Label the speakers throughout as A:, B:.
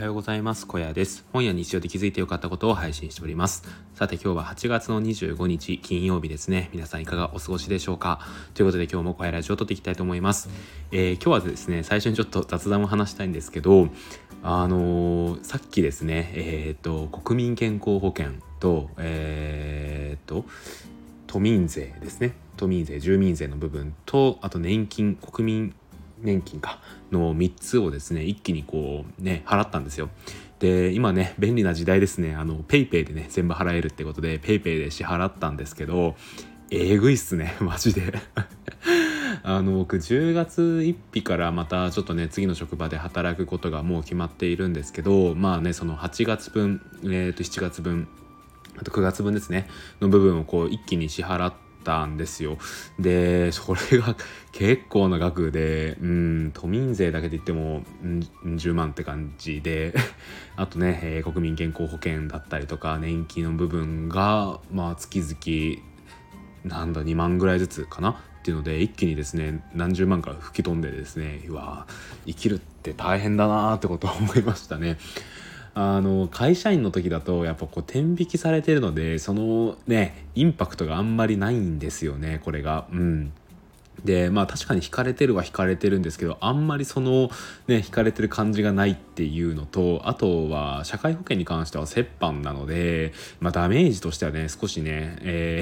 A: ようございます。小屋です。本や日常で気づいてよかったことを配信しております。さて今日は8月の25日金曜日ですね。皆さんいかがお過ごしでしょうか。ということで今日も小屋ラジオを撮っていきたいと思います。今日はですね、最初にちょっと雑談を話したいんですけど、さっきですね、国民健康保険と、都民税ですね。都民税、住民税の部分と、あと年金、国民年金の3つをですね一気に払ったんですよ。で今ね便利な時代ですね。ペイペイでね全部払えるってことでペイペイで支払ったんですけど、えぐいっすねマジで僕10月1日からまたちょっとね次の職場で働くことがもう決まっているんですけど、まあねその8月分、7月分あと9月分ですねの部分を一気に支払ったんですよ。でそれが結構な額で、都民税だけで言っても、10万って感じであとね、国民健康保険だったりとか年金の部分が月々2万ぐらいずつかなっていうので一気にですね何十万か吹き飛んでですね、うわ生きるって大変だなってことを思いましたね。会社員の時だとやっぱ天引きされてるのでそのねインパクトがあんまりないんですよねこれが。で確かに引かれてるは引かれてるんですけどあんまりそのね引かれてる感じがないっていうのと、あとは社会保険に関しては折半なのでダメージとしてはね少しね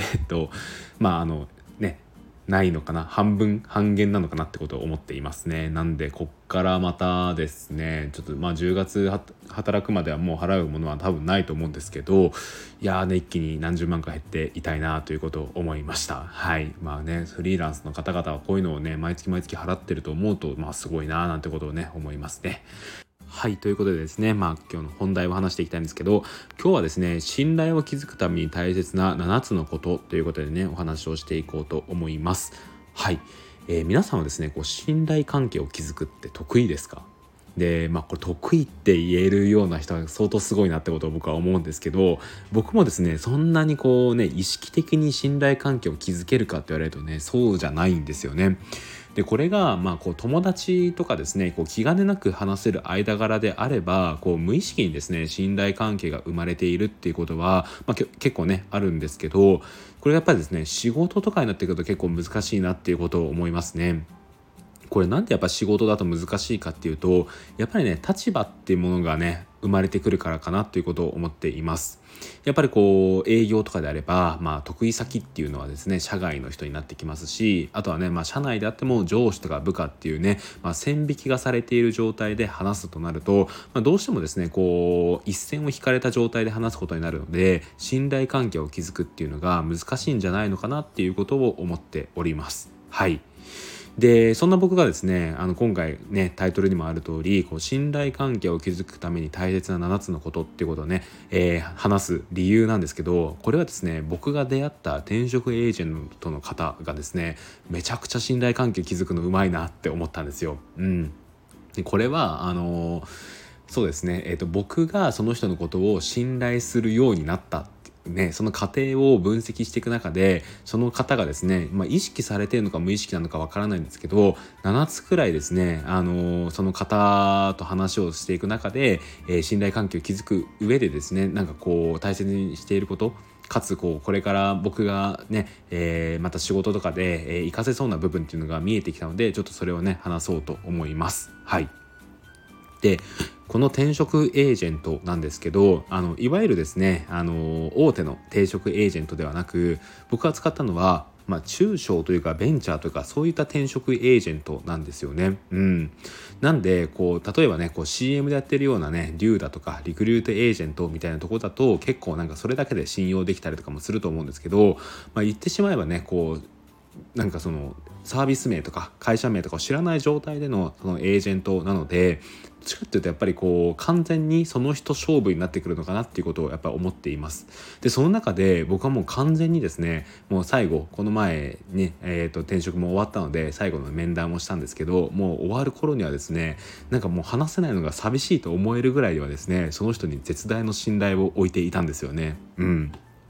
A: ねないのかな、半減なのかなってことを思っていますね。なんでこっからまたですねちょっと10月働くまではもう払うものは多分ないと思うんですけど、いやーね一気に何十万か減っていたいなということを思いました。はい。フリーランスの方々はこういうのをね毎月払ってると思うとすごいなーなんてことをね思いますね。はい、ということでですね、今日の本題を話していきたいんですけど、今日はですね、信頼を築くために大切な7つのことということでね、お話をしていこうと思います。はい、皆さんはですね、信頼関係を築くって得意ですか？で、これ得意って言えるような人は相当すごいなってことを僕は思うんですけど、僕もですね、そんなに意識的に信頼関係を築けるかって言われるとね、そうじゃないんですよね。でこれが友達とかですね気兼ねなく話せる間柄であれば無意識にですね信頼関係が生まれているっていうことは、結構ねあるんですけど、これやっぱりですね仕事とかになってくると結構難しいなっていうことを思いますね。これなんでやっぱ仕事だと難しいかっていうと、やっぱりね立場っていうものがね生まれてくるからかなということを思っています。やっぱり営業とかであれば、得意先っていうのはですね社外の人になってきますし、あとはね社内であっても上司とか部下っていうね、線引きがされている状態で話すとなると、どうしてもですね一線を引かれた状態で話すことになるので、信頼関係を築くっていうのが難しいんじゃないのかなっていうことを思っております。はい。でそんな僕がですね今回ねタイトルにもある通り信頼関係を築くために大切な7つのことっていうことをね、話す理由なんですけど、これはですね僕が出会った転職エージェントの方がですねめちゃくちゃ信頼関係築くのうまいなって思ったんですよ。でこれはそうですね、僕がその人のことを信頼するようになったその過程を分析していく中でその方がですね、意識されているのか無意識なのかわからないんですけど7つくらいですね、その方と話をしていく中で、信頼関係を築く上でですね大切にしていることかつこれから僕がね、また仕事とかで、活かせそうな部分っていうのが見えてきたのでちょっとそれをね話そうと思います。はい。でこの転職エージェントなんですけどいわゆるですね大手の転職エージェントではなく、僕が使ったのは中小というかベンチャーというかそういった転職エージェントなんですよね。なんで例えばねCM でやってるようなねデューだとかリクルートエージェントみたいなところだと結構それだけで信用できたりとかもすると思うんですけど、言ってしまえばねそのサービス名とか会社名とかを知らない状態でのそのエージェントなので、どっちかっていうとやっぱり完全にその人勝負になってくるのかなっていうことをやっぱり思っています。でその中で僕はもう完全にですねもう最後この前に、転職も終わったので最後の面談をしたんですけど、もう終わる頃にはですねもう話せないのが寂しいと思えるぐらいではですねその人に絶大の信頼を置いていたんですよね。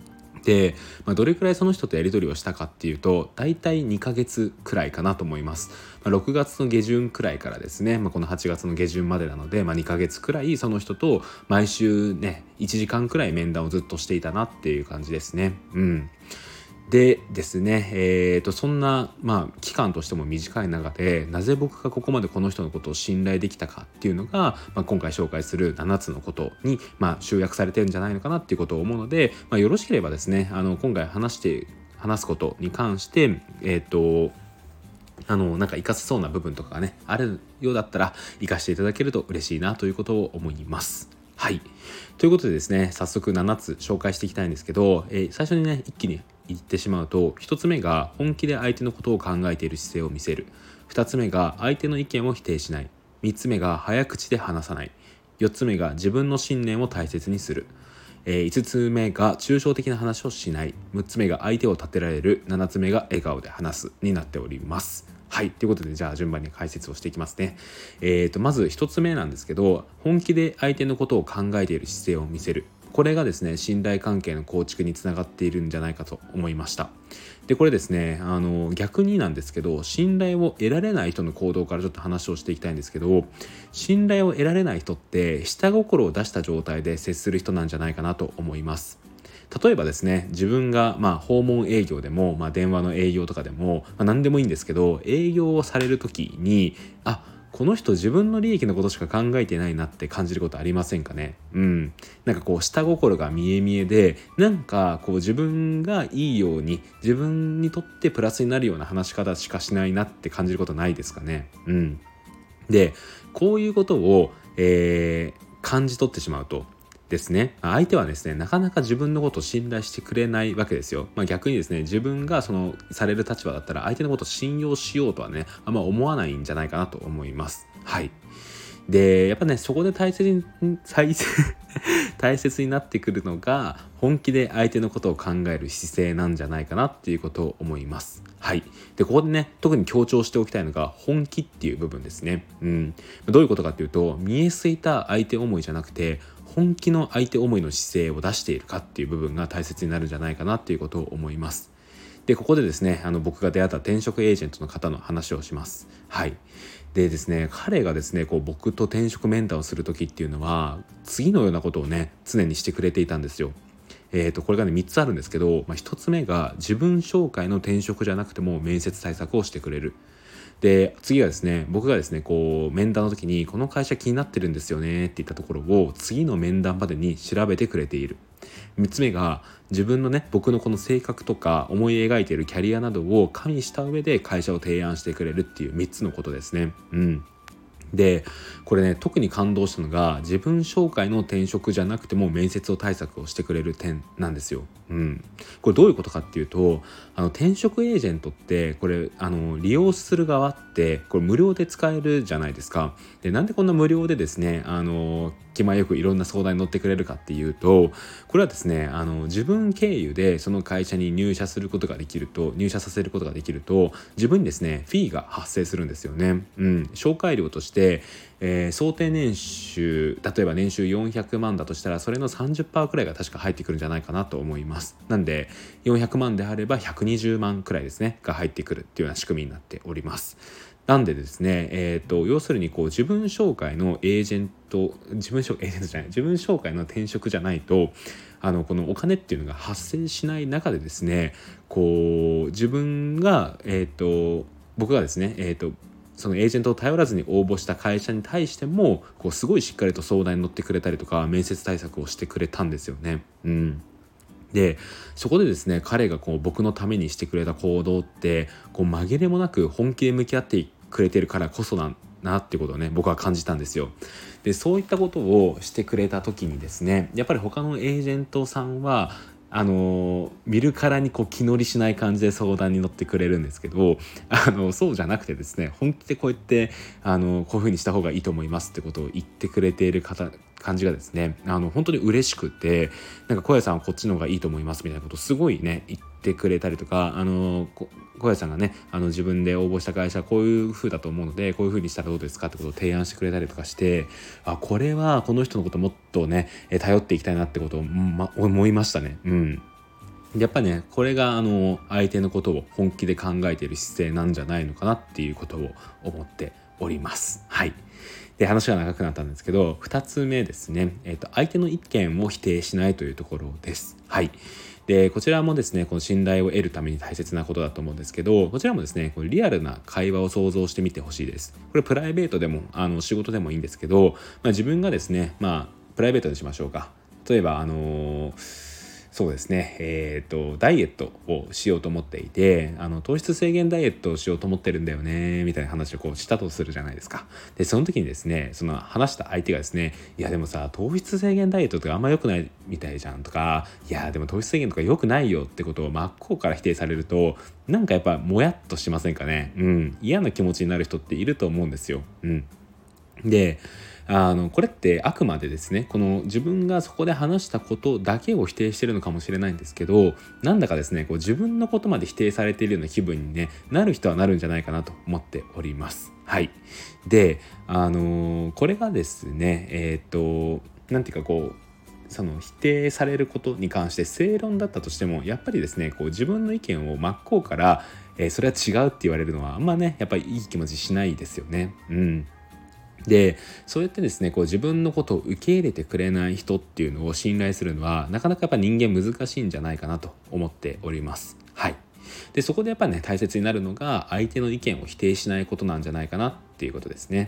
A: で、どれくらいその人とやり取りをしたかっていうと、だいたい2ヶ月くらいかなと思います。6月の下旬くらいからですね、この8月の下旬までなので、2ヶ月くらいその人と毎週ね1時間くらい面談をずっとしていたなっていう感じですね。でですね、そんな、期間としても短い中で、なぜ僕がここまでこの人のことを信頼できたかっていうのが、今回紹介する7つのことに、集約されてるんじゃないのかなっていうことを思うので、よろしければですね、今回話すことに関して、なんか活かせそうな部分とかがねあるようだったら活かしていただけると嬉しいなということを思います。はい、ということでですね、早速7つ紹介していきたいんですけど、最初にね一気に言ってしまうと、1つ目が本気で相手のことを考えている姿勢を見せる。2つ目が相手の意見を否定しない。3つ目が早口で話さない。4つ目が自分の信念を大切にする。5つ目が抽象的な話をしない。6つ目が相手を立てられる。7つ目が笑顔で話すになっております。はい、ということで、じゃあ順番に解説をしていきますね。まず1つ目なんですけど、本気で相手のことを考えている姿勢を見せる。これがですね、信頼関係の構築につながっているんじゃないかと思いました。で、これですね、逆になんですけど、信頼を得られない人の行動からちょっと話をしていきたいんですけど、信頼を得られない人って下心を出した状態で接する人なんじゃないかなと思います。例えばですね、自分が訪問営業でも、電話の営業とかでも、何でもいいんですけど、営業をされる時にこの人自分の利益のことしか考えてないなって感じることありませんかね。なんかこう下心が見え見えで、なんかこう自分がいいように、自分にとってプラスになるような話し方しかしないなって感じることないですかね。で、こういうことを、感じ取ってしまうとですね、相手はですね、なかなか自分のことを信頼してくれないわけですよ。逆にですね、自分がそのされる立場だったら相手のことを信用しようとはね、あんま思わないんじゃないかなと思います。はい。で、やっぱね、そこで大切になってくるのが、本気で相手のことを考える姿勢なんじゃないかなっていうことを思います。はい。で、ここでね、特に強調しておきたいのが本気っていう部分ですね。どういうことかっていうと、見えすいた相手思いじゃなくて、本気の相手思いの姿勢を出しているかっていう部分が大切になるんじゃないかなっていうことを思います。で、ここでですね、僕が出会った転職エージェントの方の話をします。はい。でですね、彼がですね、こう僕と転職面談をする時っていうのは、次のようなことをね、常にしてくれていたんですよ。これがね3つあるんですけど、1つ目が自分紹介の転職じゃなくても面接対策をしてくれる。で、次はですね、僕がですね、こう面談の時にこの会社気になってるんですよねって言ったところを次の面談までに調べてくれている。3つ目が自分のね、僕のこの性格とか思い描いているキャリアなどを加味した上で会社を提案してくれるっていう3つのことですね。で、これね、特に感動したのが、自分紹介の転職じゃなくても面接を対策をしてくれる点なんですよ。これどういうことかっていうと、転職エージェントってこれ利用する側ってこれ無料で使えるじゃないですか。で、なんでこんな無料でですね、気前よくいろんな相談に乗ってくれるかっていうと、これはですね、自分経由でその会社に入社させることができると、自分にですね、フィーが発生するんですよね。紹介料として、想定年収、例えば年収400万だとしたら、それの 30% くらいが確か入ってくるんじゃないかなと思います。なんで400万であれば120万くらいですねが入ってくるっていうような仕組みになっております。なんでですね、要するにこう自分紹介の自分紹介の転職じゃないと、このお金っていうのが発生しない中でですね、こう自分が僕がですね、そのエージェントを頼らずに応募した会社に対しても、こうすごいしっかりと相談に乗ってくれたりとか、面接対策をしてくれたんですよね。で、そこでですね、彼がこう僕のためにしてくれた行動って、こう紛れもなく本気で向き合ってくれてるからこそなんなってことをね、僕は感じたんですよ。で、そういったことをしてくれた時にですね、やっぱり他のエージェントさんは見るからにこう気乗りしない感じで相談に乗ってくれるんですけど、そうじゃなくてですね、本気でこうやってこういう風にした方がいいと思いますってことを言ってくれている感じがですね、本当に嬉しくて、なんか小谷さんはこっちの方がいいと思いますみたいなことをすごいね言ってくれたりとか、小谷さんがね、自分で応募した会社こういう風だと思うので、こういう風にしたらどうですかってことを提案してくれたりとかして、これはこの人のこともっとね頼っていきたいなってことを、思いましたね。 やっぱねこれが相手のことを本気で考えている姿勢なんじゃないのかなっていうことを思っております。はい。で話が長くなったんですけど、2つ目ですね、相手の意見を否定しないというところです。はい。でこちらもですねこの信頼を得るために大切なことだと思うんですけど、こちらもですねこれリアルな会話を想像してみてほしいです。これプライベートでも仕事でもいいんですけど、自分がですねプライベートにしましょうか。例えばそうですねダイエットをしようと思っていて、糖質制限ダイエットをしようと思ってるんだよねみたいな話をしたとするじゃないですか。でその時にですねその話した相手がですね、いやでもさ糖質制限ダイエットとかあんま良くないみたいじゃんとか、いやでも糖質制限とか良くないよってことを真っ向から否定されると、なんかやっぱもやっとしませんかね。嫌な気持ちになる人っていると思うんですよ。でこれってあくまでですねこの自分がそこで話したことだけを否定してるのかもしれないんですけど、なんだかですねこう自分のことまで否定されているような気分に、なる人はなるんじゃないかなと思っております。はい。でこれがですねなんていうかその否定されることに関して正論だったとしても、やっぱりですね自分の意見を真っ向から、それは違うって言われるのはあんまねやっぱりいい気持ちしないですよね。でそうやってですね自分のことを受け入れてくれない人っていうのを信頼するのはなかなかやっぱ人間難しいんじゃないかなと思っております。はい。でそこでやっぱりね大切になるのが相手の意見を否定しないことなんじゃないかなっていうことですね。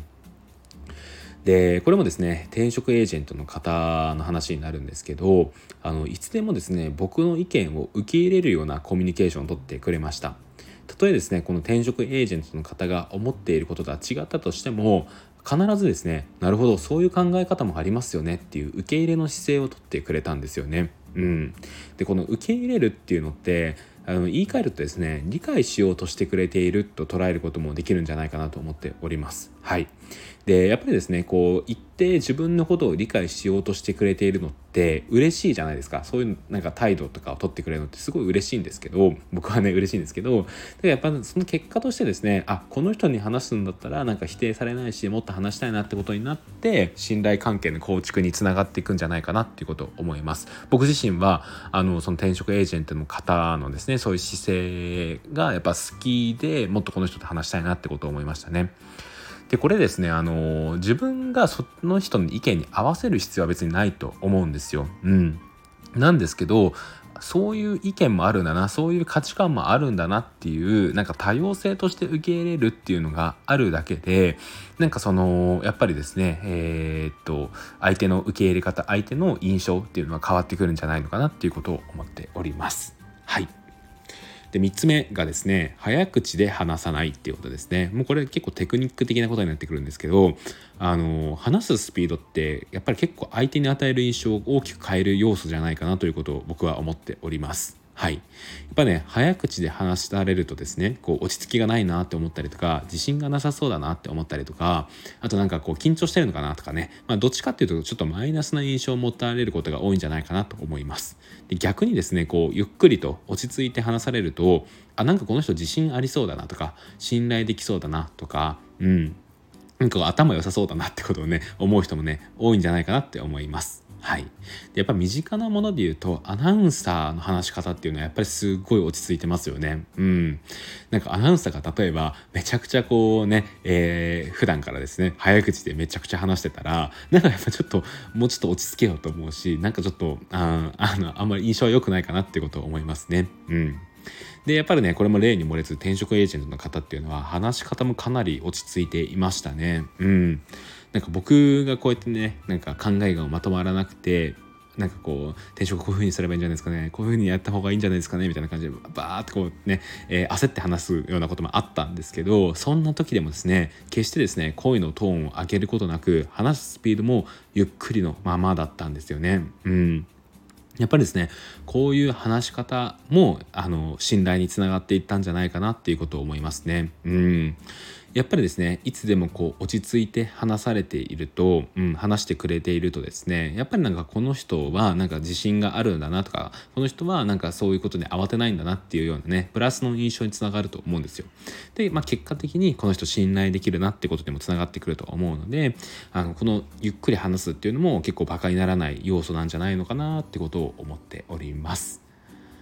A: でこれもですね転職エージェントの方の話になるんですけど、いつでもですね僕の意見を受け入れるようなコミュニケーションをとってくれました。たとえですねこの転職エージェントの方が思っていることとは違ったとしても、必ずですねなるほどそういう考え方もありますよねっていう受け入れの姿勢をとってくれたんですよね。でこの受け入れるっていうのって言い換えるとですね理解しようとしてくれていると捉えることもできるんじゃないかなと思っております。はい。でやっぱりですね一定自分のことを理解しようとしてくれているのって嬉しいじゃないですか。そういうなんか態度とかを取ってくれるのってすごい嬉しいんですけど、僕はね嬉しいんですけど、やっぱその結果としてですねこの人に話すんだったらなんか否定されないしもっと話したいなってことになって信頼関係の構築につながっていくんじゃないかなっていうことを思います。僕自身はその転職エージェントの方のですねそういう姿勢がやっぱ好きで、もっとこの人と話したいなってことを思いましたね。でこれですね自分がその人の意見に合わせる必要は別にないと思うんですよ。なんですけどそういう意見もあるんだな、そういう価値観もあるんだなっていうなんか多様性として受け入れるっていうのがあるだけで、なんかやっぱりですね相手の受け入れ方、相手の印象っていうのは変わってくるんじゃないのかなっていうことを思っております。はい。で3つ目がですね早口で話さないっていうことですね。もうこれ結構テクニック的なことになってくるんですけど、話すスピードってやっぱり結構相手に与える印象を大きく変える要素じゃないかなということを僕は思っております。はい。やっぱね早口で話されるとですね落ち着きがないなって思ったりとか、自信がなさそうだなって思ったりとか、あとなんか緊張してるのかなとかね、どっちかっていうとちょっとマイナスな印象を持たれることが多いんじゃないかなと思います。で逆にですねゆっくりと落ち着いて話されると、なんかこの人自信ありそうだなとか信頼できそうだなとか、なんか頭良さそうだなってことをね思う人もね多いんじゃないかなって思います。はい。でやっぱ身近なもので言うとアナウンサーの話し方っていうのはやっぱりすごい落ち着いてますよね。なんかアナウンサーが例えばめちゃくちゃ普段からですね早口でめちゃくちゃ話してたら、なんかやっぱちょっともうちょっと落ち着けようと思うし、なんかちょっとあんまり印象は良くないかなってことを思いますね。でやっぱりねこれも例に漏れず転職エージェントの方っていうのは話し方もかなり落ち着いていましたね。なんか僕がこうやってねなんか考えがまとまらなくて、なんか転職こういう風にすればいいんじゃないですかね、こういう風にやった方がいいんじゃないですかねみたいな感じでバーって焦って話すようなこともあったんですけど、そんな時でもですね決してですね声のトーンを上げることなく話すスピードもゆっくりのままだったんですよね。やっぱりですねこういう話し方も信頼につながっていったんじゃないかなっていうことを思いますね。やっぱりですねいつでも落ち着いて話されていると、話してくれているとですねやっぱりなんかこの人はなんか自信があるんだなとか、この人はなんかそういうことに慌てないんだなっていうようなねプラスの印象につながると思うんですよ。で、結果的にこの人信頼できるなってことにもつながってくると思うので、このゆっくり話すっていうのも結構バカにならない要素なんじゃないのかなってことを思っております。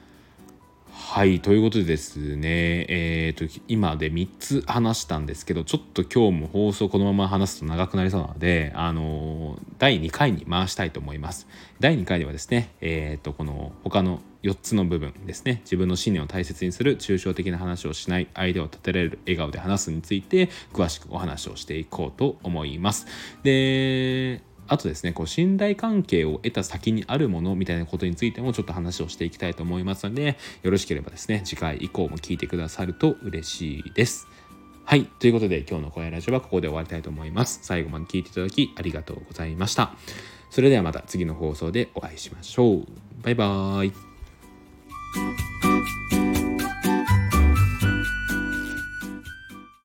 A: はい、ということでですね、今で3つ話したんですけど、ちょっと今日も放送このまま話すと長くなりそうなので、第2回に回したいと思います。第2回ではですね、この他の4つの部分ですね、自分の信念を大切にする、抽象的な話をしない、相手を立てられる、笑顔で話すについて詳しくお話をしていこうと思います。で、あとですね、信頼関係を得た先にあるものみたいなことについてもちょっと話をしていきたいと思いますので、よろしければですね、次回以降も聞いてくださると嬉しいです。はい、ということで今日の声ラジオはここで終わりたいと思います。最後まで聞いていただきありがとうございました。それではまた次の放送でお会いしましょう。バイバーイ。